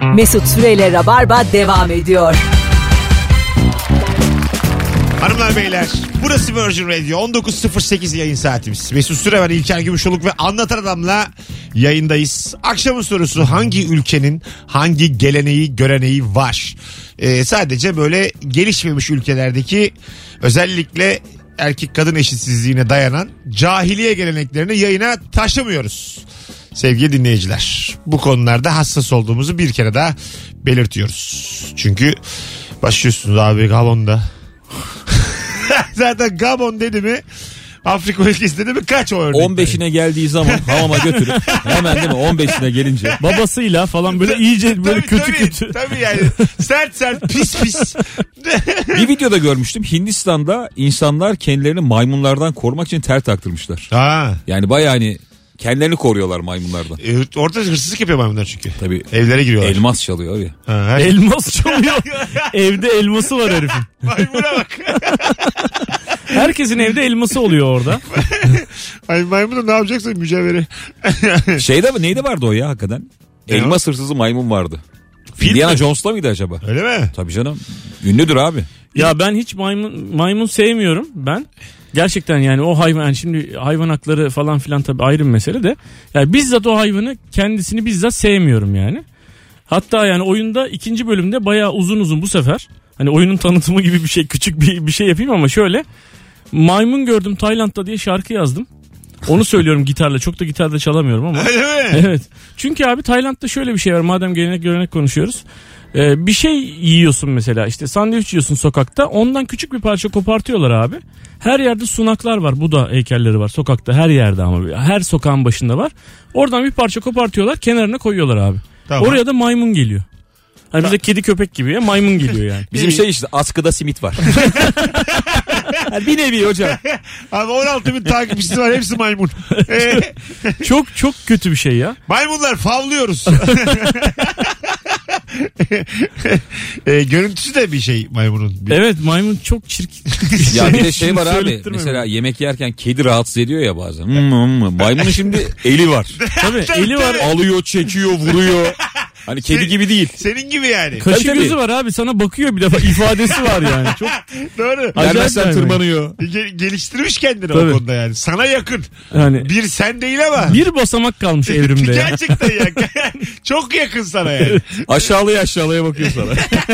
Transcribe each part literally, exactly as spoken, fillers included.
Mesut Süreyle Rabarba devam ediyor. Hanımlar beyler, burası Virgin Radio. on dokuz sıfır sekiz yayın saatimiz. Mesut Süre var, İlker Gümüşoluk ve Anlatan Adam'la yayındayız. Akşamın sorusu: hangi ülkenin hangi geleneği göreneği var? Ee, sadece böyle gelişmemiş ülkelerdeki, özellikle erkek kadın eşitsizliğine dayanan cahiliye geleneklerini yayına taşımıyoruz. Sevgili dinleyiciler, bu konularda hassas olduğumuzu bir kere daha belirtiyoruz. Çünkü başlıyorsunuz abi Gabon'da. Zaten Gabon dedi mi, Afrika ülkesi dedi mi, kaç o örnek? on beşine geldiği zaman hamama götürüp hemen, değil mi, on beşine gelince babasıyla falan böyle iyice böyle tabii, kötü tabii, kötü. Tabii yani sert sert pis pis. bir videoda görmüştüm. Hindistan'da insanlar kendilerini maymunlardan korumak için ter taktırmışlar. Ha. Yani bayağı hani kendilerini koruyorlar maymunlardan. E, orada hırsızlık yapıyor maymunlar çünkü. Tabii. Evlere giriyorlar. Elmas çalıyor abi. Ha, her... Elmas çalıyor. Evde elması var herifin. Maymuna bak. Herkesin evde elması oluyor orada. Ay maymuna ne yapacaksın mücevheri? Şeyde mi, neydi vardı o ya hakikaten? Ne Elmas o? Hırsızı maymun vardı. Film Indiana mi? Jones'ta mıydı acaba? Öyle mi? Tabii canım. Ünlüdür abi. Ya ben hiç maymun maymun sevmiyorum ben. Gerçekten yani o hayvan, yani şimdi hayvan hakları falan filan tabii ayrı bir mesele de. Yani bizzat o hayvanı, kendisini bizzat sevmiyorum yani. Hatta yani oyunda ikinci bölümde bayağı uzun uzun bu sefer. Hani oyunun tanıtımı gibi bir şey, küçük bir, bir şey yapayım ama şöyle. Maymun gördüm Tayland'da diye şarkı yazdım. Onu söylüyorum gitarla. Çok da gitarda çalamıyorum ama. Öyle mi? Evet. Çünkü abi Tayland'da şöyle bir şey var. Madem gelenek görenek konuşuyoruz. Ee, bir şey yiyorsun mesela, işte sandviç yiyorsun sokakta. Ondan küçük bir parça kopartıyorlar abi. Her yerde sunaklar var. Buda heykelleri var sokakta, her yerde ama. Her sokağın başında var. Oradan bir parça kopartıyorlar, kenarına koyuyorlar abi. Tamam. Oraya da maymun geliyor. Hani bize kedi köpek gibi ya, maymun geliyor yani. Bizim şey işte, askıda simit var. Yani bir nevi hocam. Abi on altı bin takipçisi var, hepsi maymun. Ee, çok çok kötü bir şey ya. Maymunlar favlıyoruz. e, görüntüsü de bir şey maymunun. Bir... Evet, maymun çok çirkin. Ya bir de şey var abi, mesela yemek yerken kedi rahatsız ediyor ya bazen. Hmm, hmm. Maymunun şimdi eli var. Tabii eli var. Alıyor, çekiyor, vuruyor. Hani kedi Sen, gibi değil. Senin gibi yani. Kaşı tabii, gözü tabii. var abi, sana bakıyor, bir defa ifadesi var yani. Çok doğru. Gelmezsen tırmanıyor. Gel, geliştirmiş kendini tabii. o konuda yani. Sana yakın. Yani bir sen değil ama. Bir basamak kalmış evrimde ya. Gerçekten yakın. Çok yakın sana yani. Aşağıya aşağıya bakıyor sana.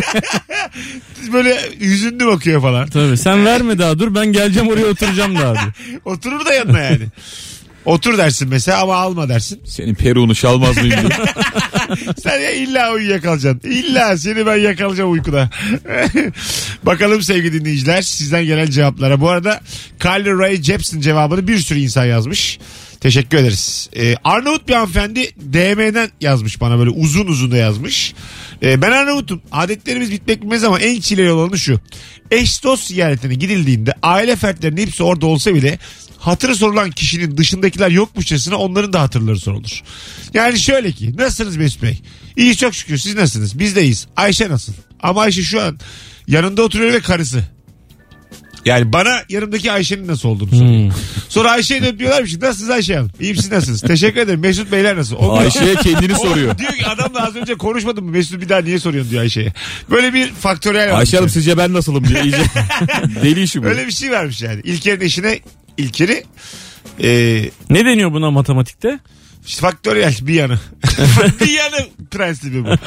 Böyle hüzünlü bakıyor falan. Tabii, sen verme daha, dur ben geleceğim oraya oturacağım daha diyor. Oturur da yanına yani. Otur dersin mesela ama alma dersin. Senin peruğunu çalmaz mıyım diye. Sen ya illa uyuyakalacaksın. İlla seni ben yakalayacağım uykuda. Bakalım sevgili dinleyiciler sizden gelen cevaplara. Bu arada Carly Rae Jepsen cevabını bir sürü insan yazmış. Teşekkür ederiz. Ee, Arnavut bir hanımefendi D M'den yazmış bana, böyle uzun uzun da yazmış. Ee, ben Arnavut'um. Adetlerimiz bitmek bilmez ama en çileli olanı şu: eş dost ziyaretine gidildiğinde aile fertlerinin hepsi orada olsa bile hatırı sorulan kişinin dışındakiler yokmuşçasına onların da hatırları sorulur. Yani şöyle ki, nasılsınız Mesut Bey? İyi çok şükür, siz nasılsınız? Biz de iyiyiz. Ayşe nasıl? Ama Ayşe şu an yanında oturuyor ve karısı. Yani bana yanımdaki Ayşe'nin nasıl olduğunu soruyor. Hmm. Sonra Ayşe'ye dönüp diyorlarmış ki nasılsınız Ayşe Hanım? İyiyim, siz nasılsınız? Teşekkür ederim. Mesut Beyler nasıl? O Ayşe'ye kendini soruyor. Diyor ki adam da az önce konuşmadın mı? Mesut bir daha niye soruyorsun diyor Ayşe'ye. Böyle bir faktöriyel var. Ayşe Hanım sizce ben nasılım diye iyice. Deli işi bu. Öyle bir şey varmış yani. İlker'in eşine İlker'i e, ne deniyor buna matematikte? İşte faktöriyel bir yanı. Bir yanı prensibi bu.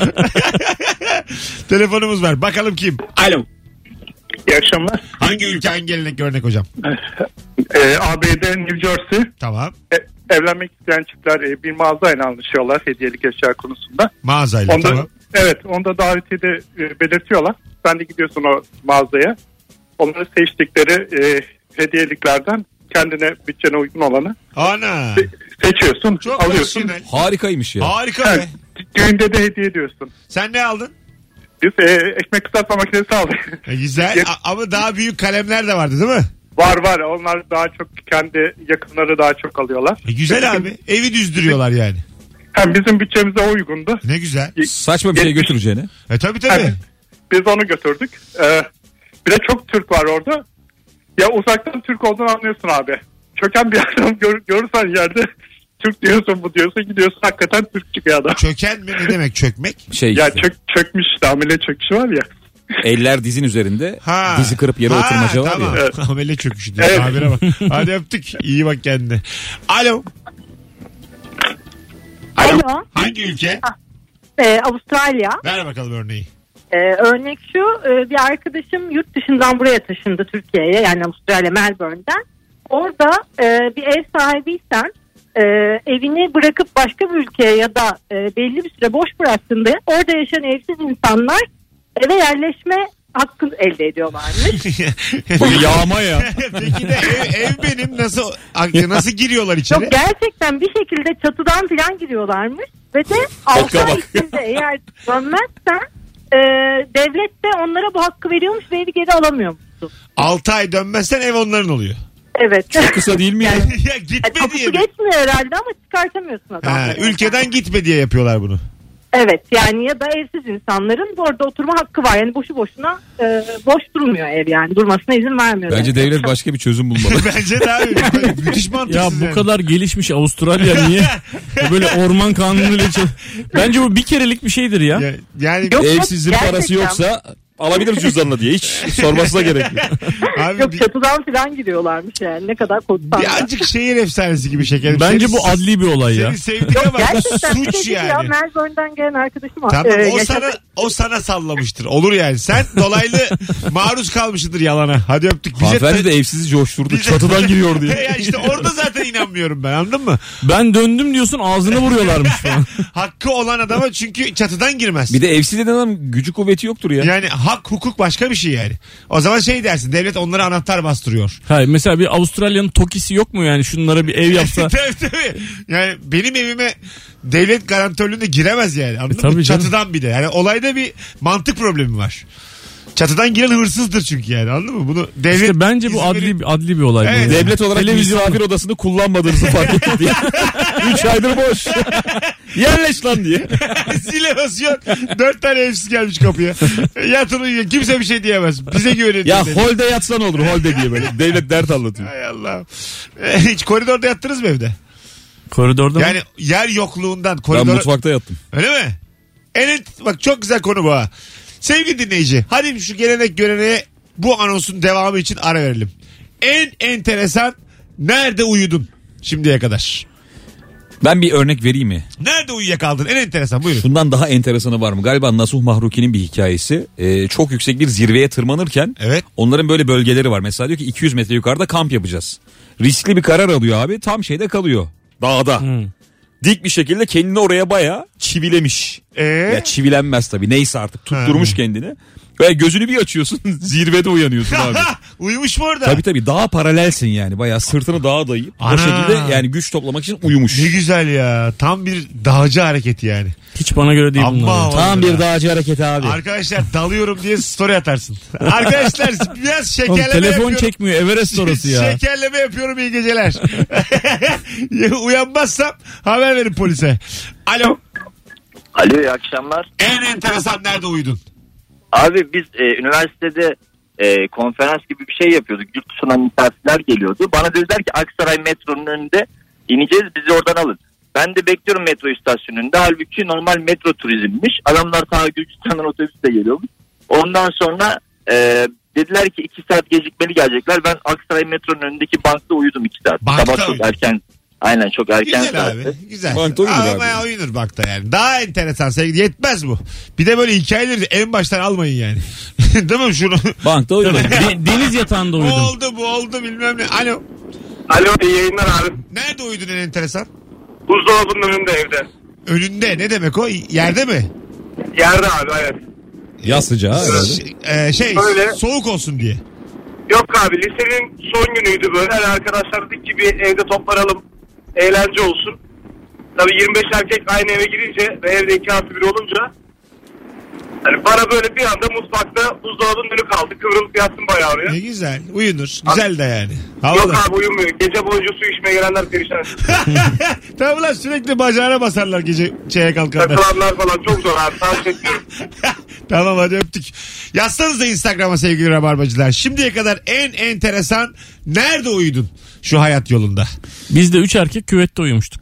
Telefonumuz var. Bakalım kim? Alo. İyi akşamlar. Hangi ülke, hangi gelenek örnek hocam? Ee, A B D New Jersey. Tamam. E, evlenmek isteyen çiftler e, bir mağazayla anlaşıyorlar hediyelik eşya konusunda. Mağazayla onda, tamam. Evet, onda davetiyede e, belirtiyorlar. Sen de gidiyorsun o mağazaya. Onları seçtikleri e, hediyeliklerden kendine bütçene uygun olanı Ana. Se- seçiyorsun, çok alıyorsun. profesyonel. Harikaymış ya. Harika Evet, be. düğünde de hediye ediyorsun. Sen ne aldın? Biz e, ekmek kızartma makinesi aldık. E, güzel A- ama daha büyük kalemler de vardı değil mi? Var var, onlar daha çok kendi yakınları daha çok alıyorlar. E, güzel abi, evi düzdürüyorlar yani. Hem bizim bütçemize uygundu. Ne güzel. Saçma bir şey götüreceğine. E tabii tabii. Hem biz onu götürdük. Ee, bir de çok Türk var orada. Ya uzaktan Türk olduğunu anlıyorsun abi. Çöken bir adam gör, görürsen yerde Türk diyorsun bu diyorsun gidiyorsun hakikaten Türk çıkıyor adam. Çöken mi ne demek çökmek? Şey Ya işte, çök, çökmüş işte amele çöküşü var ya. eller dizin üzerinde, Ha. dizi kırıp yere Ha, oturmaca var tamam. ya. Evet. Amele çöküşü diyor. Evet. Habire bak. Hadi öptük. İyi bak kendine. Alo. Alo. Hangi ülke? Ee, Avustralya. Ver bakalım örneği. Ee, örnek şu, e, bir arkadaşım yurt dışından buraya taşındı Türkiye'ye, yani Avustralya Melbourne'den. Orada e, bir ev sahibiysen e, evini bırakıp başka bir ülkeye ya da e, belli bir süre boş bıraktığında orada yaşayan evsiz insanlar eve yerleşme hakkı elde ediyorlarmış. Bu yağma ya. Peki de ev, ev benim nasıl nasıl giriyorlar içeri? Yok, gerçekten bir şekilde çatıdan falan giriyorlarmış ve de altı ay içinde eğer dönmezsen e, devlet de onlara bu hakkı veriyormuş ve evi geri alamıyormuşsun. altı ay dönmezsen ev onların oluyor. Evet. Çok kısa değil mi ya? Ya gitme Yani tapusu diye. mi? geçmiyor herhalde ama çıkartamıyorsun adamları. Ha, ülkeden gitme diye yapıyorlar bunu. Evet, yani ya da evsiz insanların bu orada oturma hakkı var. Yani boşu boşuna e, boş durmuyor ev, yani durmasına izin vermiyor. Bence yani. devlet başka bir çözüm bulmalı. Bence de abi. Müthiş Ya mantıksız bu yani. kadar gelişmiş Avustralya niye böyle orman kanunuyla çal- Bence bu bir kerelik bir şeydir ya. Ya, yani Yok, Evsizin gerçekten. parası yoksa alabilir cüzdanla diye hiç sormasına gerek yok. abi Yok, bir, çatıdan falan giriyorlarmış yani, ne kadar korksan. birazcık şehir efsanesi gibi şekerim. Bence Seni- bu adli bir olay ya. Seni sevdiğine bak. Gerçekten bir Suç şey değil ya, yani. Melbourne'den gelen arkadaşım var. Tamam Ee, o yaşadı. sana o sana sallamıştır. Olur yani. Sen dolaylı maruz kalmışsındır yalana. Hadi öptük. Bize Hanımefendi de evsizi coşturdu. bize- Çatıdan giriyor diye. ya işte orada zaten inanmıyorum ben, anladın mı? Ben döndüm diyorsun, ağzını vuruyorlarmış falan. Hakkı olan adama çünkü çatıdan girmez. Bir de evsiz denen adam gücü kuvveti yoktur ya. Yani hak hukuk başka bir şey yani. O zaman şey dersin, devlet onlara anahtar bastırıyor. Hayır, mesela bir Avustralya'nın Toki'si yok mu yani, şunlara bir ev yapsa. tabii tabii. Yani benim evime devlet garantörlüğünde giremez yani. Anladın E, tabii mı? canım. Çatıdan bir de. Yani olayda bir mantık problemi var. Çatıdan giren hırsızdır çünkü yani, anladın mı? Bunu devlet İşte bence bu izin adli verip- adli bir olay. bu Evet. yani. Devlet olarak Televizyon- misafir odasını kullanmadığınızı fark ettim diye. Üç aydır boş. Yerleş lan diye. Zile basıyor. Dört tane evsiz gelmiş kapıya. Yatın uyuyun. Kimse bir şey diyemez. Bize güvenin. Ya dedi. holde yatsan olur, holde diye böyle. Devlet dert anlatıyor. Hay Allah. E, Hiç koridorda yattınız mı evde? Koridorda mı? Yani yer yokluğundan Ben koridora... mutfakta yattım. Öyle mi? En, bak çok güzel konu bu ha. Sevgili dinleyici, hadi şu gelenek göreneğe bu anonsun devamı için ara verelim. En enteresan nerede uyudun şimdiye kadar? Ben bir örnek vereyim mi? Nerede uyuyakaldın? En enteresan, buyurun. Şundan daha enteresanı var mı? Galiba Nasuh Mahruki'nin bir hikayesi. Ee, çok yüksek bir zirveye tırmanırken Evet. onların böyle bölgeleri var. Mesela diyor ki iki yüz metre yukarıda kamp yapacağız. Riskli bir karar alıyor abi. Tam şeyde kalıyor. Dağda. Hmm. Dik bir şekilde kendini oraya bayağı çivilemiş. Ee? Ya çivilenmez tabii. Neyse artık tutturmuş Ha. kendini. Ve gözünü bir açıyorsun, zirvede uyanıyorsun abi. Uyumuş mu orada? Tabii tabii, dağa paralelsin yani. Bayağı sırtını dağa dayayıp Ana. o şekilde yani güç toplamak için uyumuş. Ne güzel ya. Tam bir dağcı hareketi yani. Hiç bana göre değil Amma bunlar. ya. havalı. Tam bir dağcı hareketi abi. Arkadaşlar dalıyorum diye story atarsın. Arkadaşlar biraz şekerleme Oğlum, telefon yapıyorum. çekmiyor, Everest orası ya. Şekerleme yapıyorum, iyi geceler. Uyanmazsam haber verin polise. Alo. Alo, iyi akşamlar. En enteresan nerede uyudun? Abi biz e, üniversitede e, konferans gibi bir şey yapıyorduk. Yurt dışından misafirler geliyordu. Bana dediler ki Aksaray metronun önünde ineceğiz, bizi oradan alın. Ben de bekliyorum metro istasyonunda. Halbuki normal metro turizmmiş. Adamlar ta Gürcistan'dan otobüsle geliyormuş. Ondan sonra e, dediler ki iki saat gecikmeli gelecekler. Ben Aksaray metronun önündeki bankta uyudum iki saat. Bankta Sabah çok uyudun. erken. Aynen, çok erken Güzel saatte. abi. Güzel. Bankta uyunur Ama abi. ya uyunur bankta yani. Daha enteresan sevgili. Yetmez bu. Bir de böyle hikayeleri de en baştan almayın yani. Değil mi şunu? Bankta uyudum. De- deniz yatağında Bu uyudum. oldu bu oldu bilmem ne. Alo. Alo, iyi yayınlar abi. Nerede uyudun en enteresan? Buzdolabının önünde evde. Önünde ne demek o? Yerde mi? Yerde abi, evet. Yaz sıcağı herhalde. Ş- e, şey Öyle. soğuk olsun diye. Yok abi, lisenin son günüydü böyle. Hani arkadaşlar dedik ki bir evde toplanalım, eğlence olsun. Tabii yirmi beş erkek aynı eve girince ve evde iki artı bir olunca hani bana böyle bir anda mutfakta buzdolabının önü kaldı. Kıvrılıp yattım bayağı oraya. Ne güzel. Uyunur. Güzel de yani. Yok Havalı. abi, uyumuyor. Gece boyunca su içmeye gelenler perişan. Tamam lan, sürekli bacağına basarlar gece şeye kalkanlar. Takılanlar falan çok zor abi. Tavsiye ediyorum. Tamam hadi öptük. Yazsanız da Instagram'a sevgili Rabarbacılar. Şimdiye kadar en enteresan nerede uyudun şu hayat yolunda? Biz de üç erkek küvette uyumuştuk.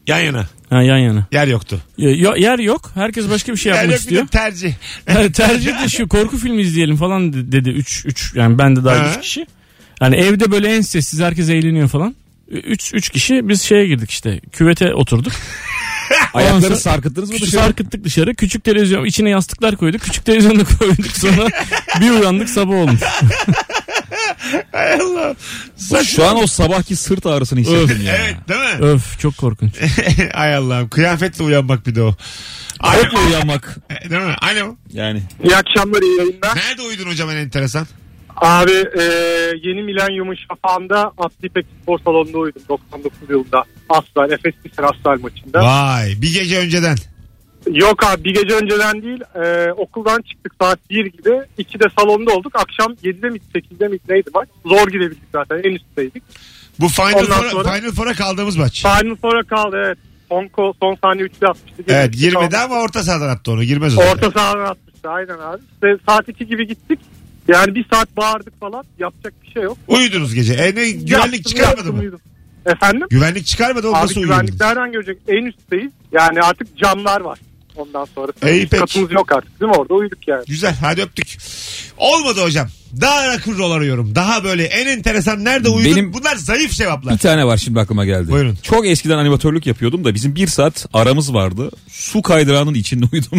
Yan yana. Ha, yan yana. Yer yoktu. Ya, yer yok. Herkes başka bir şey Yer yapmak yok, istiyor. bir de tercih. Yani tercih de şu, korku filmi izleyelim falan dedi. Üç, üç yani ben de dahil üç kişi. Yani evde böyle en sessiz, herkes eğleniyor falan. Üç, üç kişi biz şeye girdik işte, küvete oturduk. Ayakları sarkıttınız mı dışarı? Sarkıttık dışarı. Küçük televizyon, içine yastıklar koyduk. Küçük televizyonu koyduk, sonra bir uyandık, sabah olmuş. Hay Allah. Şu an o sabahki sırt ağrısını hissettim ya. Evet, değil mi? Öf, çok korkunç. Hay Allah'ım. Kıyafetle uyanmak bir de o. Korkla uyanmak. Değil mi? Alo. Yani. İyi akşamlar, iyi yayınlar. Nerede uyudun hocam en enteresan? Abi e, yeni milenyumun şafağında Aslı İpek Spor Salonu'nda uyudum doksan dokuz yılında. Aslan, Efes Pilsen Aslan maçında. Vay, bir gece önceden. Yok abi, bir gece önceden değil. E, okuldan çıktık saat bir gibi. ikide salonda olduk. Akşam yedide mi sekizde mi neydi maç? Zor gidebildik zaten, en üstteydik. Bu Final Four'a sonra... Final Four'a kaldığımız maç. Final Four'a kaldı, evet. Son, son saniye üçlü atmıştı. Evet, girmedi ama orta sahadan attı onu. Girmez o zaman. Orta sahadan atmıştı, aynen abi. İşte saat iki gibi gittik. Yani bir saat bağırdık falan. Yapacak bir şey yok. Uyudunuz gece. E ne, güvenlik Yaptım, çıkarmadı yaptım, mı? uyudum. Efendim? Güvenlik çıkarmadı, o Abi nasıl uyudunuz? güvenlik nereden görecek? En üstteyiz. Yani artık camlar var. Ondan sonra. İyi, peki. Katımız yok artık, değil mi? Orada uyuduk yani. Güzel, hadi öptük. Olmadı hocam. Daha rock'n'roll arıyorum. Daha böyle en enteresan nerede uyudun? Benim- Bunlar zayıf cevaplar. Bir tane var şimdi aklıma geldi. Buyurun. Çok eskiden animatörlük yapıyordum da bizim bir saat aramız vardı. Su kaydırağının içinde uyudum.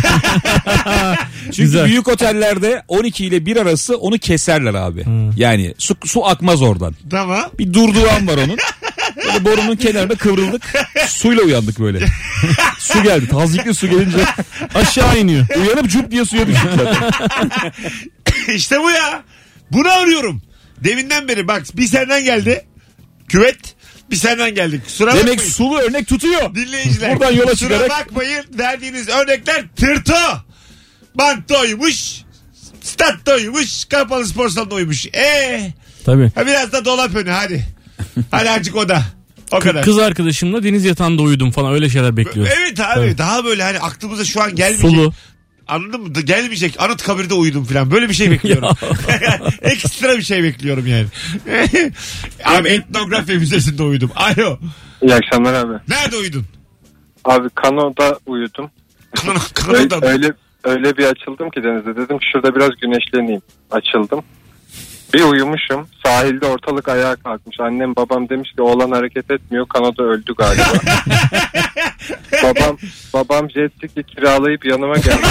Çünkü Güzel. büyük otellerde on iki ile bir arası onu keserler abi. Hmm. Yani su, su akmaz oradan. Tamam. Bir durduğu an var onun. Böyle borunun kenarında kıvrıldık. Suyla uyandık böyle. Su geldi. Tazikli su gelince Aşağı iniyor. uyanıp cup diye suya düştük zaten. İşte bu ya. Bunu arıyorum. Deminden beri bak, bir senden geldi. Küvet. Bir senden geldi. Kusura Demek bakmayın. sulu örnek tutuyor. Dinleyiciler. Buradan yola kusura çıkarak. bakmayın. Verdiğiniz örnekler tırto. Bantta uyumuş. Statta uyumuş. Kapalı spor salonunda uyumuş. Eee. Tabii. Ha, biraz da dolap önü hadi. Hadi azıcık o da. O kadar. Kız arkadaşımla deniz yatağında uyudum falan, öyle şeyler bekliyoruz. Evet abi. Evet. Daha böyle hani aklımıza şu an gelmeyecek. Sulu. Anladın mı? Gelmeyecek. Anıtkabir'de uyudum falan. Böyle bir şey bekliyorum. Ekstra bir şey bekliyorum yani. Abi etnografya müzesinde uyudum. Alo. İyi akşamlar abi. Nerede uyudun? Abi kanoda uyudum. Kano, Öyle, kanoda mı? öyle öyle bir açıldım ki denizde. Dedim ki şurada biraz güneşleneyim. Açıldım. Bir uyumuşum. Sahilde ortalık ayağa kalkmış. Annem babam demiş ki oğlan hareket etmiyor. Kanoda öldü galiba. babam babam jet ski kiralayıp yanıma gelmiş.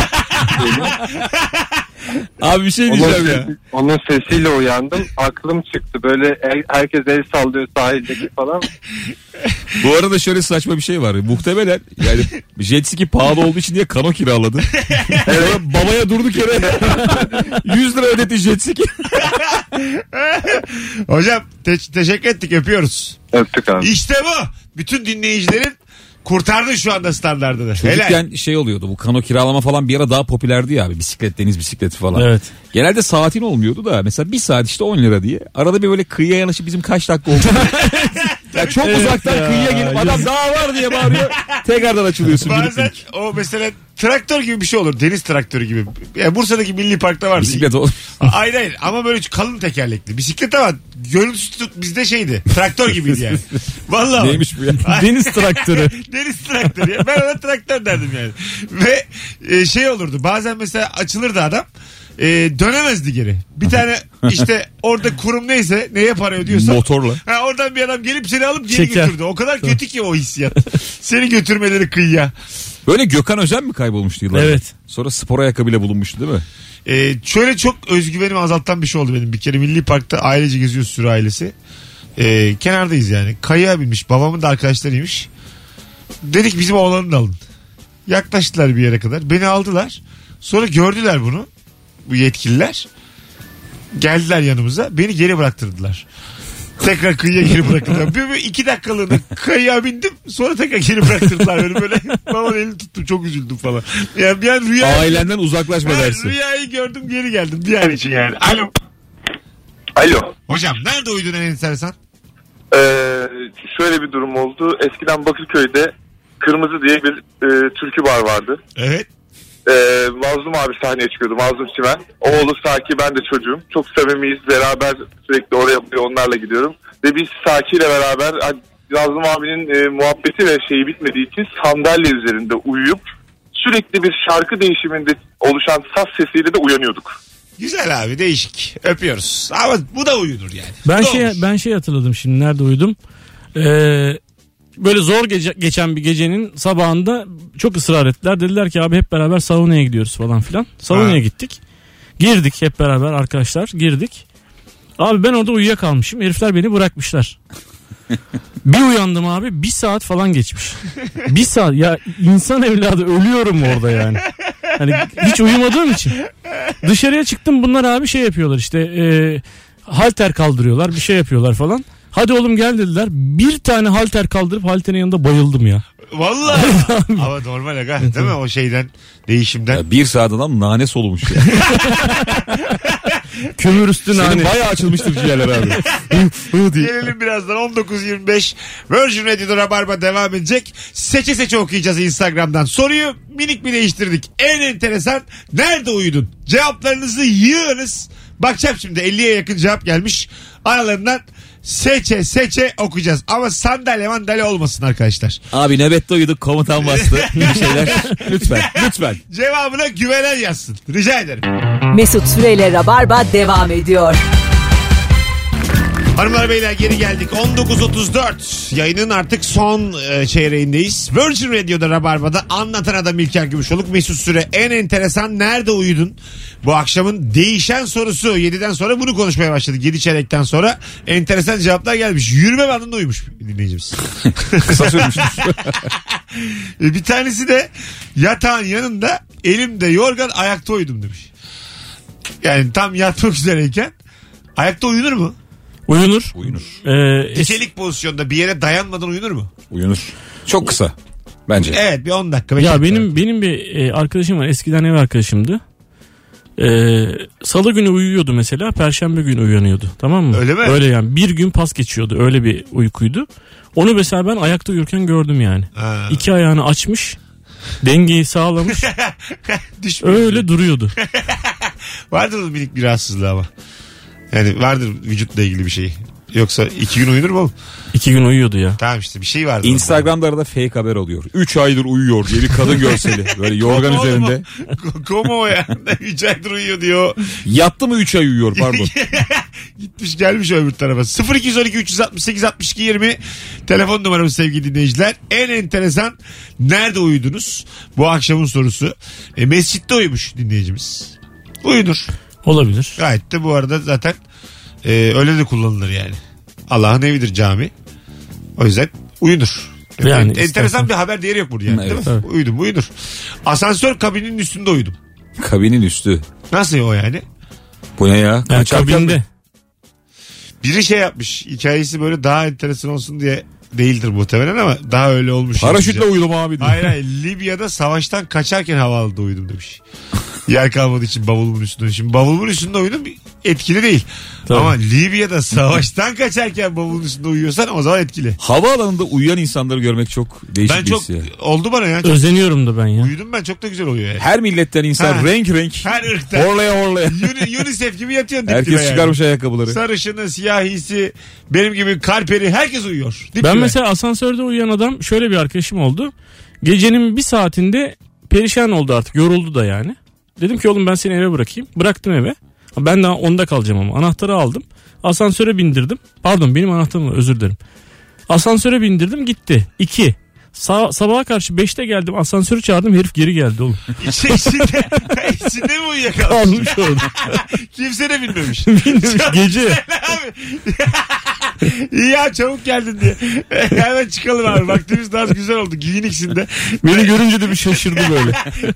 Abi bir şey Onun, diyeceğim ya. onun sesiyle uyandım. Aklım çıktı. Böyle el- herkes el sallıyor sahildeki falan. Bu arada şöyle saçma bir şey var. Muhtemelen yani jet ski pahalı olduğu için diye kano kiraladı. Evet. Babaya durduk yere yüz lira ödedi jet ski. Hocam te- teşekkür ettik, öpüyoruz. Öptük abi. İşte bu. Bütün dinleyicilerin kurtardı şu anda standartını. Helal. Çocukken şey oluyordu, bu kano kiralama falan bir ara daha popülerdi ya abi. Bisiklet, deniz bisikleti falan. Evet. Genelde saatin olmuyordu da mesela bir saat işte on lira diye. Arada bir böyle kıyıya yanaşı bizim kaç dakika oldu. Ya çok Evet uzaktan ya. kıyıya gelip adam daha var diye bağırıyor. Tekrardan açılıyorsun. Bazen Bazen... o mesela traktör gibi bir şey olur. Deniz traktörü gibi. Yani Bursa'daki Milli Park'ta var. Bisiklet o. Hayır hayır ama böyle kalın tekerlekli. Bisiklet ama görüntüsü bizde şeydi. Traktör gibiydi yani. Vallahi. Neymiş bu ya? Deniz traktörü. Deniz traktörü. Ya. Ben ona traktör derdim yani. Ve e, şey olurdu. Bazen mesela açılırdı adam. E, dönemezdi geri. Bir tane işte orada kurum neyse neye para ödüyorsa. Motorla. Ha, oradan bir adam gelip seni alıp geri Çeker. götürdü. O kadar kötü ki o hissiyat. Seni götürmeleri kıyıya. Böyle Gökhan Özen mi kaybolmuştu yıllarca? Evet. Sonra spor ayakkabıyla bulunmuştu değil mi? Ee, şöyle çok özgüvenimi azaltan bir şey oldu benim. Bir kere Milli Park'ta ailece geziyoruz, sürü ailesi. Ee, kenardayız yani. Kayığa binmiş. Babamın da arkadaşlarıymış. Dedik bizim oğlanı da alın. Yaklaştılar bir yere kadar. Beni aldılar. Sonra gördüler bunu. Bu yetkililer. Geldiler yanımıza. Beni geri bıraktırdılar. Tekrar kıyıya geri bıraktılar. Bir, bir iki dakikalığına kayığa bindim. Sonra tekrar geri bıraktırdılar. Böyle böyle babanın elini tuttum. Çok üzüldüm falan. Yani bir an rüya... Ailenden uzaklaşma Ben dersi. rüyayı gördüm, geri geldim. Bir an için yani. Alo. Alo. Hocam nerede uyudun en enteresan? Ee, şöyle bir durum oldu. Eskiden Bakırköy'de Kırmızı diye bir e, türkü bar vardı. Evet. Ee, Mazlum abi sahneye çıkıyordu. Mazlum Çimen. Oğlu Saki, ben de çocuğum. Çok samimiyiz. Beraber sürekli oraya onlarla gidiyorum. Ve biz Saki ile beraber Nazım abinin e, muhabbeti ve şeyi bitmediği için sandalye üzerinde uyuyup sürekli bir şarkı değişiminde oluşan saz sesiyle de uyanıyorduk. Güzel abi, değişik. Öpüyoruz. Ama bu da uyunur yani. Ben Bu şey olmuş. ben şey hatırladım şimdi, nerede uyudum? Ee, böyle zor gece, geçen bir gecenin sabahında çok ısrar ettiler. Dediler ki abi hep beraber saunaya gidiyoruz falan filan. Saunaya Ha. gittik. Girdik hep beraber arkadaşlar, girdik. Abi ben orada uyuyakalmışım. Herifler beni bırakmışlar. Bir uyandım abi, bir saat falan geçmiş. Bir saat ya, insan evladı, ölüyorum orada yani. Hani hiç uyumadığım için. Dışarıya çıktım, bunlar abi şey yapıyorlar işte, e, halter kaldırıyorlar, bir şey yapıyorlar falan. Hadi oğlum gel dediler. Bir tane halter kaldırıp halterin yanında bayıldım ya. Vallahi. Ama normal aga, değil mi o şeyden, değişimden. Ya bir saat adam nane solumuş ya. Kömür üstü Senin nane. bayağı açılmıştır ciğerler abi. Gelelim birazdan on dokuz yirmi beş Virgin Radio'da Rabarba devam edecek. Seçe seçe okuyacağız Instagram'dan. Soruyu minik bir değiştirdik. En enteresan, nerede uyudun? Cevaplarınızı yığınız. Bakacağım şimdi, elliye yakın cevap gelmiş. Aralarından seçe seçe okuyacağız. Ama sandalye mandalye olmasın arkadaşlar. Abi nöbette uyuduk, komutan bastı. Bir şeyler. Lütfen lütfen. Cevabına güvenen yazsın. Rica ederim. Mesut Süreyle Rabarba devam ediyor. Hanımlar beyler, geri geldik. on dokuz otuz dört yayının artık son e, çeyreğindeyiz. Virgin Radio'da Rabarba'da anlatan adam İlker Gümüşoluk, Mesut Süre. En enteresan nerede uyudun? Bu akşamın değişen sorusu. yediden sonra bunu konuşmaya başladık. yedi çeyrekten sonra enteresan cevaplar gelmiş. Yürüme bandında uyumuş dinleyicimiz. Kısa sürmüştür. Bir tanesi de yatağın yanında elimde yorgan, ayakta uyudum demiş. Yani tam yatmak üzereyken ayakta uyunur mu? Uyunur. Uyunur. Ee, es- Dikelik pozisyonda bir yere dayanmadan uyunur mu? Uyunur. Çok kısa. Bence. Evet, bir on dakika. beş ya dakika. benim benim bir e, arkadaşım var, eskiden ev arkadaşımdı. Ee, Salı günü uyuyordu mesela, Perşembe günü uyanıyordu, tamam mı? Öyle mi? Öyle yani, bir gün pas geçiyordu, öyle bir uykuydu. Onu mesela ben ayakta uyurken gördüm yani. Ha. İki ayağını açmış, dengeyi sağlamış, Düşmüyor. öyle duruyordu. Vardır o minik bir rahatsızlığı ama. Yani vardır vücutla ilgili bir şey. Yoksa iki gün uyunur mu oğlum? İki gün uyuyordu ya. Tamam işte, bir şey vardır. Instagram'da arada fake haber oluyor. üç aydır uyuyor diye bir kadın görseli. Böyle yorgan üzerinde. Komo o ya. üç aydır uyuyor diyor. Yattı mı üç ay uyuyor, pardon. Gitmiş gelmiş öbür tarafa. sıfır iki on iki üç altı sekiz altmış iki yirmi telefon numaramız sevgili dinleyiciler. En enteresan nerede uyudunuz? Bu akşamın sorusu. E, mescitte uyumuş dinleyicimiz. Uyunur. Olabilir. Gayet de bu arada zaten e, öyle de kullanılır yani. Allah'ın evidir cami. O yüzden uyunur. Yani enteresan istersen. bir haber değeri yok burada yani. Evet, değil mi? evet. Uyudum uyunur. Asansör kabininin üstünde uyudum. Kabinin üstü. Nasıl o yani? Bu ne ya? Yani Kaçarken kabinde. mi? Biri şey yapmış. Hikayesi böyle daha enteresan olsun diye değildir muhtemelen ama daha öyle olmuş. Paraşütle uyudum abi diye. Hayır hayır, Libya'da savaştan kaçarken havaalanında uyudum demiş. Yer kalmadığı için bavulumun üstünde. Şimdi bavulumun üstünde uyudum, etkili değil. Tabii. Ama Libya'da savaştan kaçarken bavulun üstünde uyuyorsan o zaman etkili. Havaalanında uyuyan insanları görmek çok değişik Ben bir çok his ya. oldu bana ya. Çok Özeniyorum da ben ya. uyudum ben, çok da güzel oluyor yani. Her milletten insan Ha. renk renk. Her ırkta. Horlaya horlaya. Uni- UNICEF gibi yatıyorsun dip dibe Herkes yani. çıkarmış ayakkabıları. Sarışını, siyahisi, benim gibi karperi, herkes uyuyor. Dip Ben dibe. mesela asansörde uyuyan adam, şöyle bir arkadaşım oldu. Gecenin bir saatinde perişan oldu artık, yoruldu da yani. Dedim ki oğlum ben seni eve bırakayım. Bıraktım eve. Ben daha onda kalacağım ama. Anahtarı aldım. Asansöre bindirdim. Pardon, benim anahtarım var, özür dilerim. Asansöre bindirdim, gitti. İki. Sa- sabaha karşı beşte geldim, asansörü çağırdım, herif geri geldi oğlum. İçinde, içinde mi uyuyakalmış? Kalmış orada. Kimse de bilmemiş. Bilmemiş, gece. Abi. İyi ya, çabuk geldin diye. Hemen çıkalım abi. Vaktimiz daha güzel oldu. Giyin ikisini de. Beni görünce de bir şaşırdı böyle.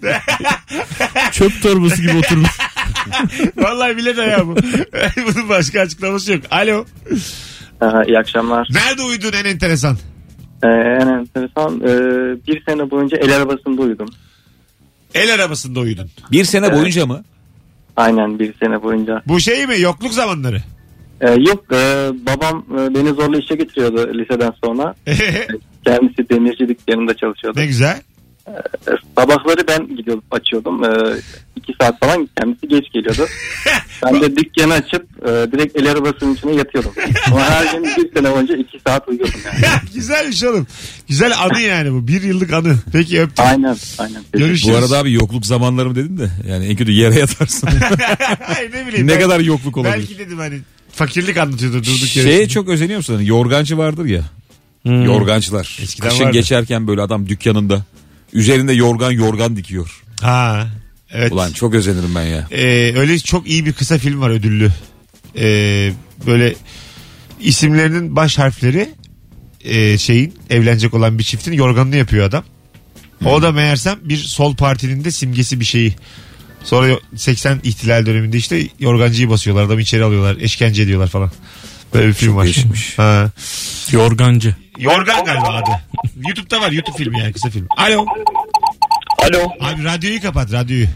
Çöp torbası gibi oturmuş. Vallahi bile de ya bu. Bunun başka açıklaması yok. Alo. Aha, iyi akşamlar. Nerede uyudun en enteresan? Ee, en enteresan e, bir sene boyunca el arabasında uyudum. El arabasında uyudun. Bir sene boyunca mı? Aynen bir sene boyunca. Bu şey mi? Yokluk zamanları. Ee, yok e, babam e, beni zorla işe getiriyordu liseden sonra. Kendisi demirci dükkanında çalışıyordu. Ne güzel. Ee, sabahları ben gidiyordum açıyordum. Ee, iki saat falan kendisi geç geliyordu. Ben de dükkanı açıp e, direkt el arabasının içine yatıyordum. Ama her gün bir sene boyunca iki saat uyuyordum yani. Güzelmiş oğlum. Güzel anı yani bu. Bir yıllık anı. Peki öptüm. Aynen aynen. Görüşürüz. Bu arada abi yokluk zamanlarım dedin de yani en kötü yere yatarsın. Ay, ne bileyim. Ne ben, kadar yokluk olabilir. Belki dedim hani fakirlik anlatıyordur durduk yere. Şeye çok özeniyor musun? Yorgancı vardır ya. Hmm. Yorgancılar. Eskiden Kışın vardı. geçerken böyle adam dükkanında üzerinde yorgan yorgan dikiyor. Ha. Evet. Ulan çok özenirim ben ya. Ee, öyle çok iyi bir kısa film var ödüllü. Ee, böyle isimlerinin baş harfleri e, şeyin evlenecek olan bir çiftin yorganını yapıyor adam. Hmm. O da meğersem bir sol partinin de simgesi bir şeyi. Sonra seksen ihtilal döneminde işte yorgancıyı basıyorlar. Adamı içeri alıyorlar. Eşkence ediyorlar falan. Böyle bir film çok var. değişmiş. Ha. Yorgancı. Yorgan galiba adı. YouTube'da var YouTube filmi yani kısa film. Alo. Alo. Abi radyoyu kapat radyoyu.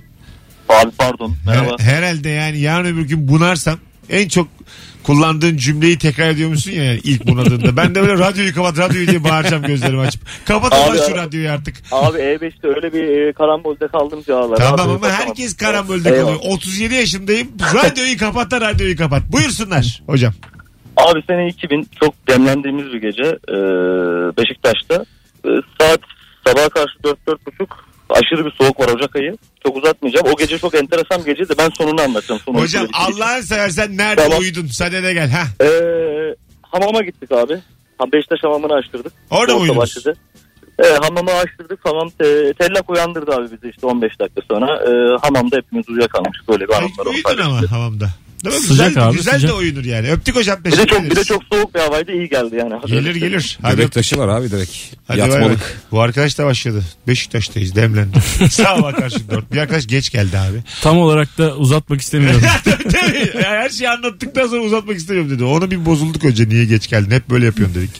Abi pardon. Merhaba. Her, herhalde yani yarın öbür gün bunarsam en çok kullandığın cümleyi tekrar ediyor musun ya yani ilk bunadığında. Ben de böyle radyoyu kapat radyoyu diye bağıracağım gözlerimi açıp. Kapat Allah şu radyoyu artık. Abi E beşte öyle bir e, karambolde kaldım Çağlar. Tamam abi, ama herkes karambolde kalıyor. otuz yedi yaşındayım. Radyoyu kapat da radyoyu kapat. Buyursunlar hocam. Abi sene iki bin çok demlendiğimiz bir gece e, Beşiktaş'ta e, saat sabaha karşı dört dört buçuk aşırı bir soğuk var Ocak ayı. Çok uzatmayacağım. O gece çok enteresan bir geceydi. Ben sonunu anlatacağım. Sonu Hocam Allah'ını seversen nerede tamam. uyudun? Sadede gel. Ha. E, hamama gittik abi. Ha, Beşiktaş hamamını açtırdık. Orada mı uyudunuz? E, hamamı açtırdık. Hamam te, tellak uyandırdı abi bizi işte on beş dakika sonra. E, hamamda hepimiz uyuyakalmıştık. Böyle bir anımlar oldu. Uyudun ama hamamda. Değil mi? Sıcak güzel, abi, güzel sıcak. de oyunur yani. Öptük hocam. Bir de çok bir de çok soğuk bir havaydı, iyi geldi yani. Gelir gelir. Hadi Direkt taşı var abi direkt. Hadi bay bay. Yatmalık. Bu arkadaş da başladı. Beşiktaş'tayız demlendi. Sağa karşı dört. Bir arkadaş geç geldi abi. Tam olarak da uzatmak istemiyorum. Tabii. Her şeyi anlattıktan sonra uzatmak istemiyorum dedi. Ona bir bozulduk önce. Niye geç geldin? Hep böyle yapıyorsun dedik.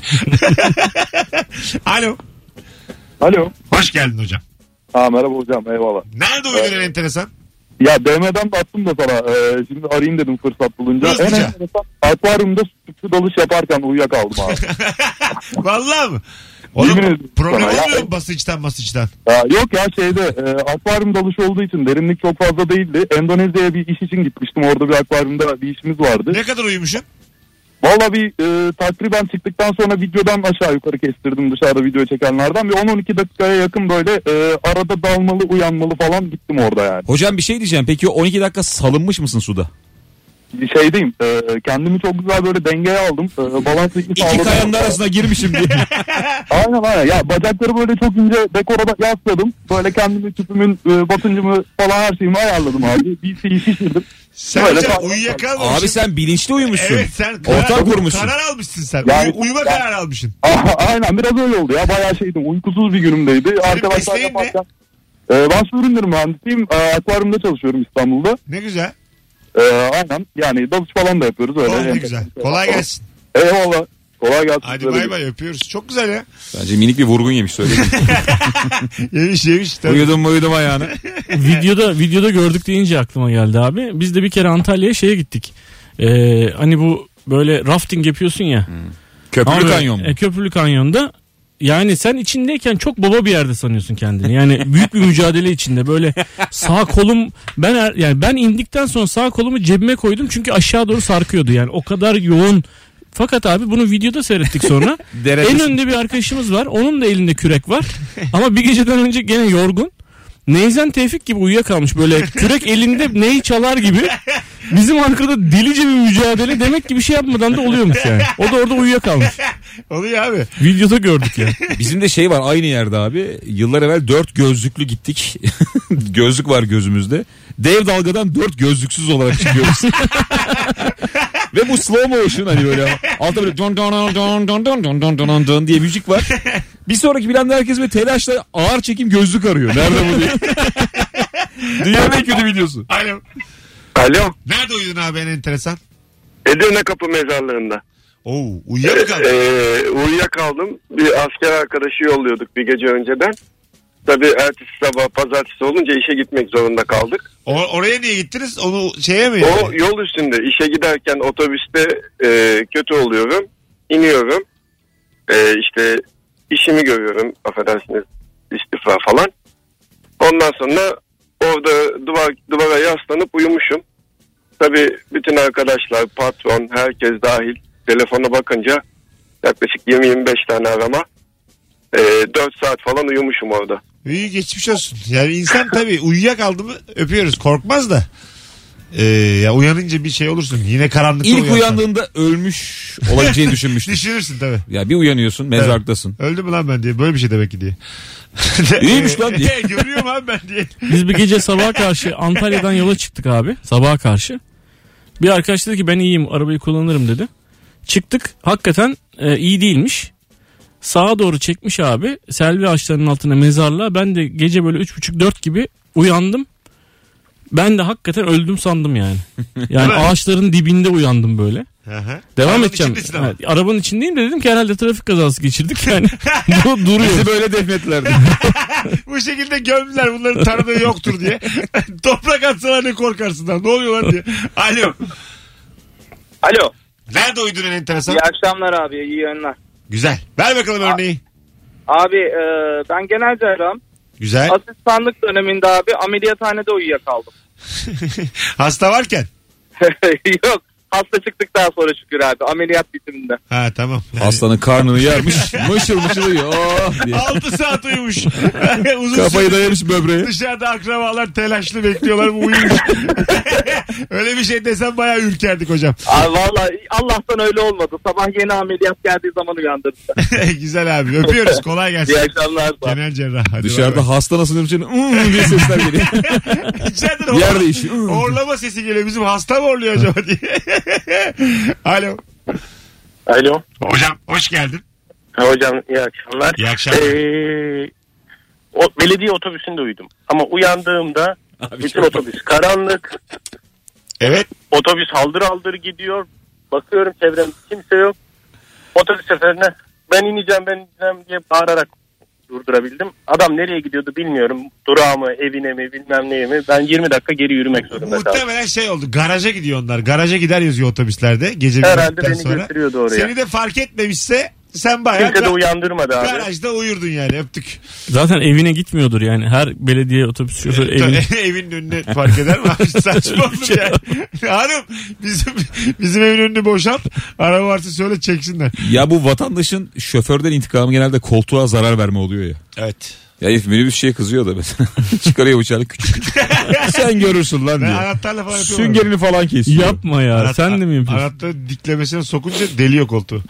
Alo. Alo. Hoş geldin hocam. Ha, merhaba hocam, eyvallah. Nerede uyudun en enteresan? Ya D M'den de attım da sana. Ee, şimdi arayayım dedim fırsat bulunca. Hızlıca. En enteresan akvaryumda sütlü dalış yaparken uyuyakaldım abi. Vallahi mı? Oğlum Yemin ediyorum problem sana ya. olmuyor mu basınçtan basınçtan? Ya yok ya şeyde e, akvaryum dalışı olduğu için derinlik çok fazla değildi. Endonezya'ya bir iş için gitmiştim. Orada bir akvaryumda bir işimiz vardı. Ne kadar uyumuşsun? Valla bir e, takriben çıktıktan sonra videodan aşağı yukarı kestirdim dışarıda video çekenlerden. Bir on on iki dakikaya yakın böyle e, arada dalmalı uyanmalı falan gittim orada yani. Hocam bir şey diyeceğim. Peki on iki dakika salınmış mısın suda? Bir şeydeyim e, kendimi çok güzel böyle dengeye aldım. E, balansı iki İki kayanın arasına girmişim diye. Aynen aynen ya bacakları böyle çok ince dekora yasladım. Böyle kendimi tüpümün e, basıncımı falan her şeyimi ayarladım abi. Bir şeyi şişirdim. Sen Böyle hocam falan. uyuyakalmamışsın. Abi sen bilinçli uyumuşsun. Evet sen karar, Ortam kurmuşsun. karar almışsın sen. Yani- Uy- uyuma Ya- kararı almışsın. Aynen biraz öyle oldu ya bayağı şeydim uykusuz bir günümdeydi. Arkadaşlar mesleğin ne? yaparken. E, ben su ürünleri mühendisiyim. E, akvaryumda çalışıyorum İstanbul'da. Ne güzel. E, aynen yani dalış falan da yapıyoruz öyle. Oh, ne güzel. Kolay gelsin. Eyvallah. Kolay gelsin. Hadi Böyle bay bir- bay öpüyoruz. Çok güzel ya. Bence minik bir vurgun yemiş söyleyeyim. Yemiş yemiş. Tabii. uyudum uyudum ayağını. videoda videoda gördük deyince aklıma geldi abi. Biz de bir kere Antalya'ya şeye gittik. Ee, hani bu böyle rafting yapıyorsun ya. Köprülü Abi, kanyon mu? E, Köprülü Kanyon'da yani sen içindeyken çok baba bir yerde sanıyorsun kendini. Yani büyük bir mücadele içinde böyle sağ kolum ben er, yani ben indikten sonra sağ kolumu cebime koydum çünkü aşağı doğru sarkıyordu yani o kadar yoğun. Fakat abi bunu videoda seyrettik sonra. En önde bir arkadaşımız var. Onun da elinde kürek var. Ama bir geceden önce gene yorgun. Neyzen Tevfik gibi uyuyakalmış böyle kürek elinde ney çalar gibi. Bizim arkada delice bir mücadele demek ki bir şey yapmadan da oluyormuş yani. O da orada uyuyakalmış. Oluyor abi. Videoda gördük ya. Bizim de şey var aynı yerde abi. Yıllar evvel dört gözlüklü gittik. Gözlük var gözümüzde. Dev dalgadan dört gözlüksüz olarak çıkıyoruz. Ve bu slow motion hani böyle altta böyle don don don don don don don don don don diye müzik var. Bir sonraki planda herkes böyle telaşla ağır çekim gözlük arıyor. Nerede bu diye. Dünyanın en kötü videosu. Alo. Alo. Nerede uyudun abi en enteresan? Edirne Kapı Mezarlığı'nda. Oo, uyuya mı kaldın? Ee, uyuyakaldım. Bir asker arkadaşı yolluyorduk bir gece önceden. Tabii ertesi sabah pazartesi olunca işe gitmek zorunda kaldık. O, oraya niye gittiniz? Onu şeye mi? Yani? O yol üstünde işe giderken otobüste e, kötü oluyorum. İniyorum. E, işte işimi görüyorum. Affedersiniz istifa falan. Ondan sonra Orada duvar, duvara yaslanıp uyumuşum. Tabii bütün arkadaşlar, patron, herkes dahil telefona bakınca yaklaşık yirmi yirmi beş tane arama. E, dört saat falan uyumuşum orada. İyi, geçmiş olsun. Yani insan tabii uyuyakaldı mı öpüyoruz. Korkmaz da. Ee, ya uyanınca bir şey olursun. Yine karanlıkta İlk uyansın. uyandığında ölmüş olabileceğini düşünmüştüm. Düşünürsün tabii. Ya bir uyanıyorsun mezarlıktasın. Evet. Öldü mü lan ben diye. Böyle bir şey demek ki diye. İyiymiş lan diye. Görüyorum abi ben diye. Biz bir gece sabaha karşı Antalya'dan yola çıktık abi. Sabaha karşı. Bir arkadaş dedi ki ben iyiyim, arabayı kullanırım dedi. Çıktık, hakikaten e, iyi değilmiş. Sağa doğru çekmiş abi. Selvi ağaçlarının altına mezarlığa. Ben de gece böyle üç buçuk dört gibi uyandım. Ben de hakikaten öldüm sandım yani. Yani ağaçların dibinde uyandım böyle. Aha. Devam Arabanın edeceğim. içindesin ama. Evet, arabanın içindeyim de dedim ki herhalde trafik kazası geçirdik yani. Du- duruyor. Bizi böyle defnettilerdi. Bu şekilde gömdüler, bunların tanıdığı yoktur diye. Toprak atsalar ne korkarsın lan, ne oluyor lan diye. Alo. Alo. Nerede uydun en enteresan? İyi akşamlar abi, iyi yayınlar. Güzel. Ver bakalım örneği. Abi e, ben genel cerrahım. Güzel. Asistanlık döneminde abi ameliyathanede uyuyakaldım. Hasta varken? Yok. Hasta çıktıktan sonra şükür abi. Ameliyat bitiminde. Ha tamam. Yani... Hastanın karnını yarmış. Mışıl mışıl uyuyor. Oh diye. altı saat uyumuş. Uzun Kafayı süre dayamış böbreğe. Dışarıda akrabalar telaşlı bekliyorlar, bu uyumuş. Öyle bir şey desem bayağı ürkerdik hocam. Abi vallahi Allah'tan öyle olmadı. Sabah yeni ameliyat geldiği zaman uyandırdı. Güzel abi. Öpüyoruz. Kolay gelsin. İyi akşamlar. Genel cerrah. Hadi dışarıda hasta nasıl demiş? Iııı diye sesler geliyor. İçeriden Yer değişiyor. horlama sesi geliyor. Bizim hasta mı horluyor acaba diye. Alo. Alo. Hocam hoş geldin. Hocam iyi akşamlar. İyi akşamlar. Ee, o, belediye otobüsünde uyudum. Ama uyandığımda Abi bütün çok- otobüs karanlık. Evet. Otobüs haldır haldır gidiyor. Bakıyorum çevremde kimse yok. Otobüs seferine ben ineceğim ben ineceğim diye bağırarak durdurabildim. Adam nereye gidiyordu bilmiyorum. Durağa mı, evine mi, bilmem neye mi. Ben yirmi dakika geri yürümek zorunda kaldım. Muhtemelen şey oldu. Garaja gidiyor onlar. Garaja gider yazıyor otobüslerde. Gece Herhalde bir beni sonra. götürüyordu oraya. Seni de fark etmemişse sen bayağı Kimse de ga- uyandırmadı abi. garajda uyurdun yani. Öptük. Zaten evine gitmiyordur yani. Her belediye otobüs şoförü evine. Evinin önüne fark eder mi abi? Saçma olur yani. Hanım bizim bizim evin önünü boşalt. Araba varsa söyle çeksinler. Ya bu vatandaşın şoförden intikamı genelde koltuğa zarar verme oluyor ya. Evet. Ya herif minibüs şey kızıyor da mesela. Çıkarıyor bıçağı küçük küçük. Sen görürsün lan Ben diye. anahtarla falan yapıyorum. Süngerini falan kesiyor. Yapma ya. Anahtar- Sen de mi yapıyorsun? Anahtarı diklemesine sokunca deliyor koltuğu.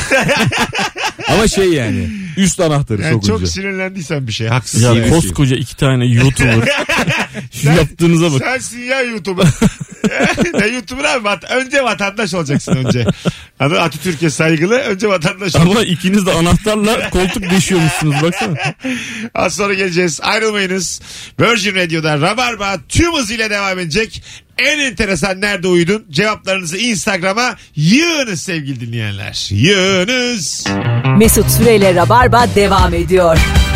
Ama şey yani üst anahtarı Yani sokunca. çok sinirlendiysen bir şey. Haksız. Ya yani. koskoca iki tane YouTuber. Şu yaptığınıza bak. Sensin ya YouTuber. Ne YouTuber abi? Vat- önce vatandaş olacaksın önce. Hani Atatürk'e saygılı, önce vatandaş olacaksın. Ama ikiniz de anahtarla koltuk deşiyormuşsunuz baksana. Az sonra geleceğiz. Ayrılmayınız. Virgin Radio'da Rabarba tüm hızıyla devam edecek. En enteresan nerede uyudun? Cevaplarınızı Instagram'a yığınız sevgili dinleyenler. Yığınız. Mesut Süreyle Rabarba devam ediyor.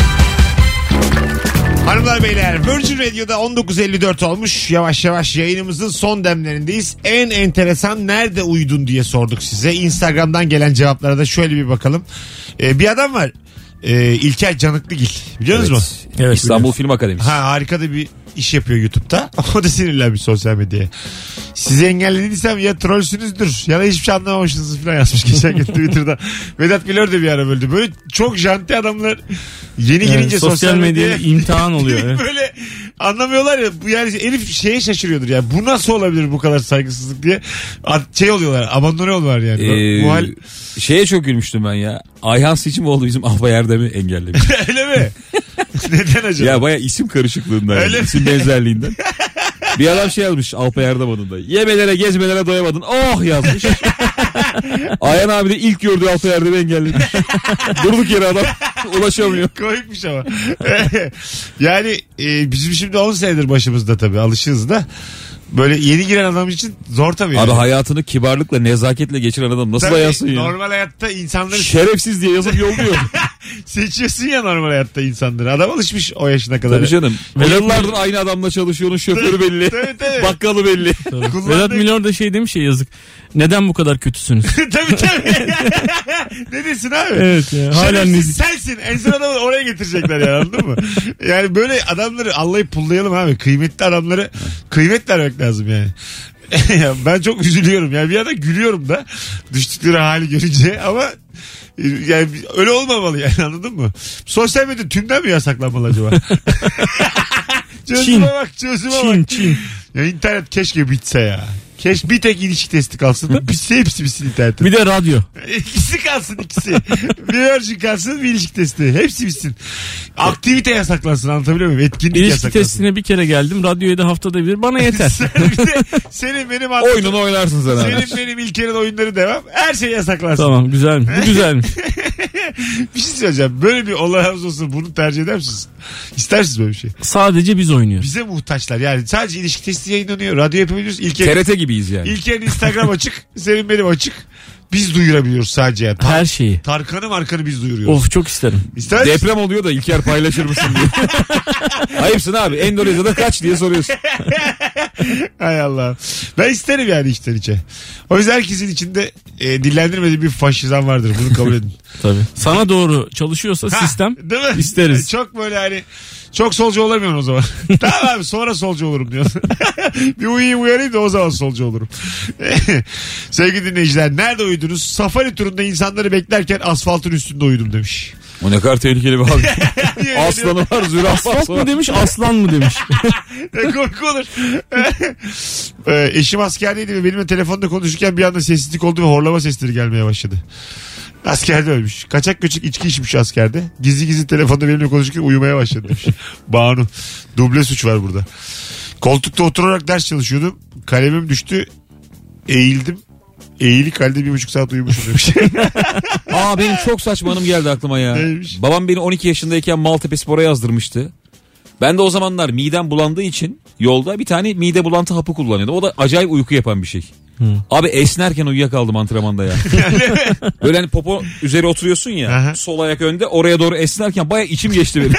Hanımlar beyler, Virgin Radio'da on dokuz elli dört olmuş. Yavaş yavaş yayınımızın son demlerindeyiz. En enteresan nerede uyudun diye sorduk size. Instagram'dan gelen cevaplara da şöyle bir bakalım. Ee, bir adam var. Ee, İlker Canıklıgil. Biliyor Evet. musunuz? Evet, İstanbul Film Akademisi. Ha, harika da bir iş yapıyor YouTube'da. O da sinirlenmiş sosyal medyaya. Sizi engellediysem ya trollsünüzdür ya da hiçbir şey anlamamışsınız falan yazmış geçen gün Twitter'da. Vedat Bilor da bir ara böldü. Böyle çok janti adamlar yeni Evet, girince sosyal sosyal medyaya medyada imtihan oluyor. Evet. böyle anlamıyorlar ya. Bu yani Elif şeye şaşırıyordur yani. Bu nasıl olabilir bu kadar saygısızlık diye. At- Şey oluyorlar. Abandone oluyorlar yani. Ee, Bu hal Şeye çok gülmüştüm ben ya. Ayhan Seçimoğlu bizim Alfa Erdem'i engellemiş. öyle mi? Neden acaba? Ya baya isim karışıklığından. Öyle Yani, mi? isim benzerliğinden. Bir adam şey yazmış Alpa Erdem adında. Yemelere gezmelere doyamadın. Oh yazmış. Ayhan abi de ilk gördüğü Alpa Erdem'i engellemiş. Durduk yere adam ulaşamıyor. Koymuş ama. Yani e, bizim şimdi on senedir başımızda tabii, alışığız da. böyle yeni giren adam için zor tabii. Abi yani. hayatını kibarlıkla, nezaketle geçiren adam nasıl Tabii, dayansın ya? normal hayatta insanları Şerefsiz diye yazıp yolluyor. seçiyorsun ya normal hayatta insanları. Adam alışmış o yaşına kadar. Tabii canım. Ve yıllardır aynı adamla çalışıyorsun, şoförü belli. Tabii, tabii. Bakkalı belli. Kullandığı- Vedat Milor da şey demiş ya, yazık. Neden bu kadar kötüsünüz? tabii tabii. Ne diyorsun abi? Evet ya, hala Şerefsiz nezik. sensin. En son adamı oraya getirecekler ya, anladın mı? Yani böyle adamları allayıp pullayalım abi. Kıymetli adamları kıymet vermek lazım yani. Ya ben çok üzülüyorum. Yani bir yandan gülüyorum da düştükleri hali görünce ama yani öyle olmamalı yani, anladın mı? Sosyal medya tümden mi yasaklanmalı acaba? Çözüme Çin. bak, çözüme Çin bak. Çin. Ya internet keşke bitse ya. Keşke bir tek ilişki testi kalsın da bitse hepsi bitsin internetin. Bir de radyo. İkisi kalsın, ikisi. Bir Virgin kalsın, bir ilişki testi. Hepsi bitsin. Aktivite yasaklansın, anlatabiliyor muyum? Etkinlik İlişki yasaklansın. testine bir kere geldim. Radyoya da haftada bir. Bana yeter. bir de senin benim anlatım. Oyununu oynarsın sen abi. Senin benim İlker'in oyunları devam. Her şey yasaklansın. Tamam, güzelmiş. Bu güzelmiş. Bir şey söyleyeceğim. Böyle bir olay olsun, bunu tercih eder misiniz? İster misiniz böyle bir şey? Sadece biz oynuyoruz. Bize muhtaçlar. Yani sadece ilişki testi yayınlanıyor. Radyo yapabiliyoruz. İlker, T R T gibiyiz yani. İlker'in Instagram açık. Senin benim açık. Biz duyurabiliyoruz sadece. Yani. Tar- Her şeyi. Tarkan'ı markanı biz duyuruyoruz. Of, çok isterim. İster misin? Deprem oluyor da İlker paylaşır mısın diye. Ayıpsın abi. Endonezya'da kaç diye soruyorsun. Hay Allah. Ben isterim yani içten içe. O yüzden herkesin içinde e, dillendirmediği bir faşizan vardır. Bunu kabul edin. Tabii. Sana doğru çalışıyorsa Ha, sistem değil mi? isteriz. Çok böyle hani çok solcu olamıyorsun o zaman. Tamam abi, sonra solcu olurum diyorsun. Bir uyuyayım uyanayım da o zaman solcu olurum. Sevgili dinleyiciler, nerede uyudunuz? Safari turunda insanları beklerken asfaltın üstünde uyudum demiş. O ne kadar tehlikeli bir abi. Aslanı var, zürafa Asfalt var. mı demiş, aslan mı demiş? Ne korku olur. Ee, eşim askerdeydi ve benimle telefonda konuşurken bir anda sessizlik oldu ve horlama sesleri gelmeye başladı. Askerde ölmüş. Kaçak göçük içki içmiş askerde. Gizli gizli telefonda benimle konuşurken uyumaya başladı demiş. Banu. Duble suç var burada. Koltukta oturarak ders çalışıyordum. Kalemim düştü. Eğildim. Eğilik halde bir buçuk saat uyumuşum demiş. Aa, benim çok saçma anım geldi aklıma ya. Neymiş? Babam beni on iki yaşındayken Maltepe Spor'a yazdırmıştı. Ben de o zamanlar midem bulandığı için yolda bir tane mide bulantı hapı kullanıyordum. O da acayip uyku yapan bir şey. Hmm. Abi esnerken uyuyakaldım antrenmanda ya. Böyle hani popo üzeri oturuyorsun ya. Aha. Sol ayak önde, oraya doğru esnerken baya içim geçti benim.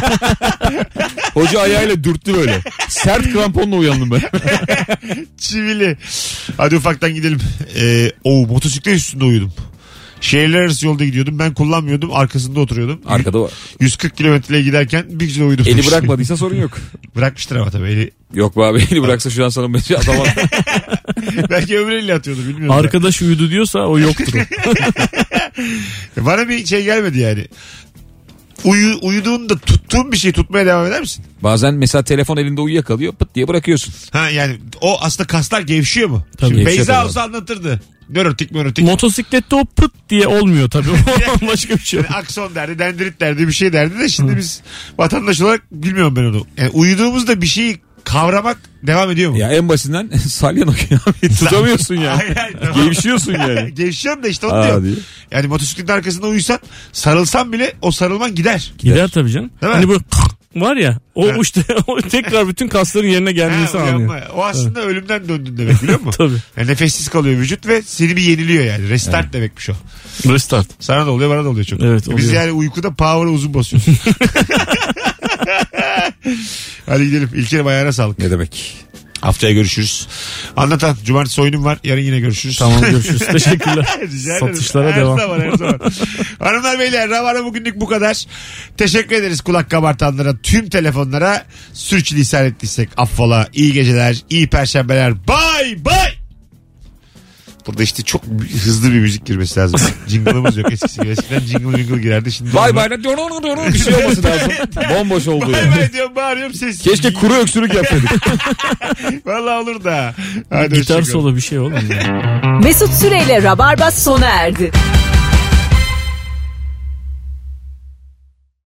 Hoca ayağıyla dürttü böyle. Sert kramponla uyandım ben. Çivili. Hadi ufaktan gidelim. Ee, o motosiklet üstünde uyudum. Şehirler arası yolda gidiyordum. Ben kullanmıyordum. Arkasında oturuyordum. Arkada var. yüz kırk kilometreye giderken bir güzel uyudum. Eli bırakmadıysa sorun yok. Bırakmıştır ama tabii. Eli... Yok be abi, eli bıraksa şu an sana bence atamaz. Belki öbür eliyle atıyordu, bilmiyorum. Arkadaş uyudu diyorsa o yoktur. Bana bir şey gelmedi yani. Uyu, uyuduğunda tuttuğun bir şey tutmaya devam eder misin? Bazen mesela telefon elinde uyuyakalıyor, pıt diye bırakıyorsun. Ha yani o aslında kaslar gevşiyor mu? Tabii. Şimdi Gevşiyor Beyza tabii. olsa anlatırdı. Nörotik nörotik. Motosiklette o pıt diye olmuyor tabii. O başka bir şey. Yani akson derdi, dendrit derdi, bir şey derdi de şimdi biz vatandaş olarak bilmiyorum ben onu. Yani uyuduğumuzda bir şeyi kavramak devam ediyor mu? Ya en basitinden salyan okuyor abi. Tutamıyorsun yani. Hayır, hayır, tamam. Gevşiyorsun yani. Gevşiyorum da işte onu Aa, diyorum. diyor. Yani motosikletin arkasında uyusan, sarılsan bile o sarılman gider. Gider tabii canım. Değil mi? Hani böyle var ya, o Ha. işte o tekrar bütün kasların yerine geldiğini Ha, sağlıyor. uyanma. O aslında ölümden döndün demek, biliyor musun? Tabii. Yani nefessiz kalıyor vücut ve seni bir yeniliyor yani. Restart demekmiş o. Restart. Sana da oluyor, bana da oluyor çok. Evet, Biz oluyor. yani uykuda power'ı uzun basıyoruz. Hadi gidelim. İlker'im ayağına sağlık. Ne demek? Haftaya görüşürüz. Anlatan cumartesi oyunum var. Yarın yine görüşürüz. Tamam, görüşürüz. Teşekkürler. Rica ederim. Satışlara her devam. Zaman, her zaman. Hanımlar beyler, Rabarba bugünlük bu kadar. Teşekkür ederiz kulak kabartanlara, tüm telefonlara. Sürçülisan ettiysek affola. İyi geceler, iyi perşembeler. Bye bye. Burada işte çok hızlı bir müzik girmesi lazım. Jingle'ımız yok eskisi gibi. Eskiden jingle jingle girerdi. Şimdi Bay bay bir şey olması lazım. Bomboş oldu Bay yani. bay diyorum, bağırıyorum, ses. Keşke kuru öksürük yapsaydık. Vallahi olur da. Hadi Gitar hoşçakalın. solo bir şey oğlum. Mesut Süreyle Rabarba sona erdi.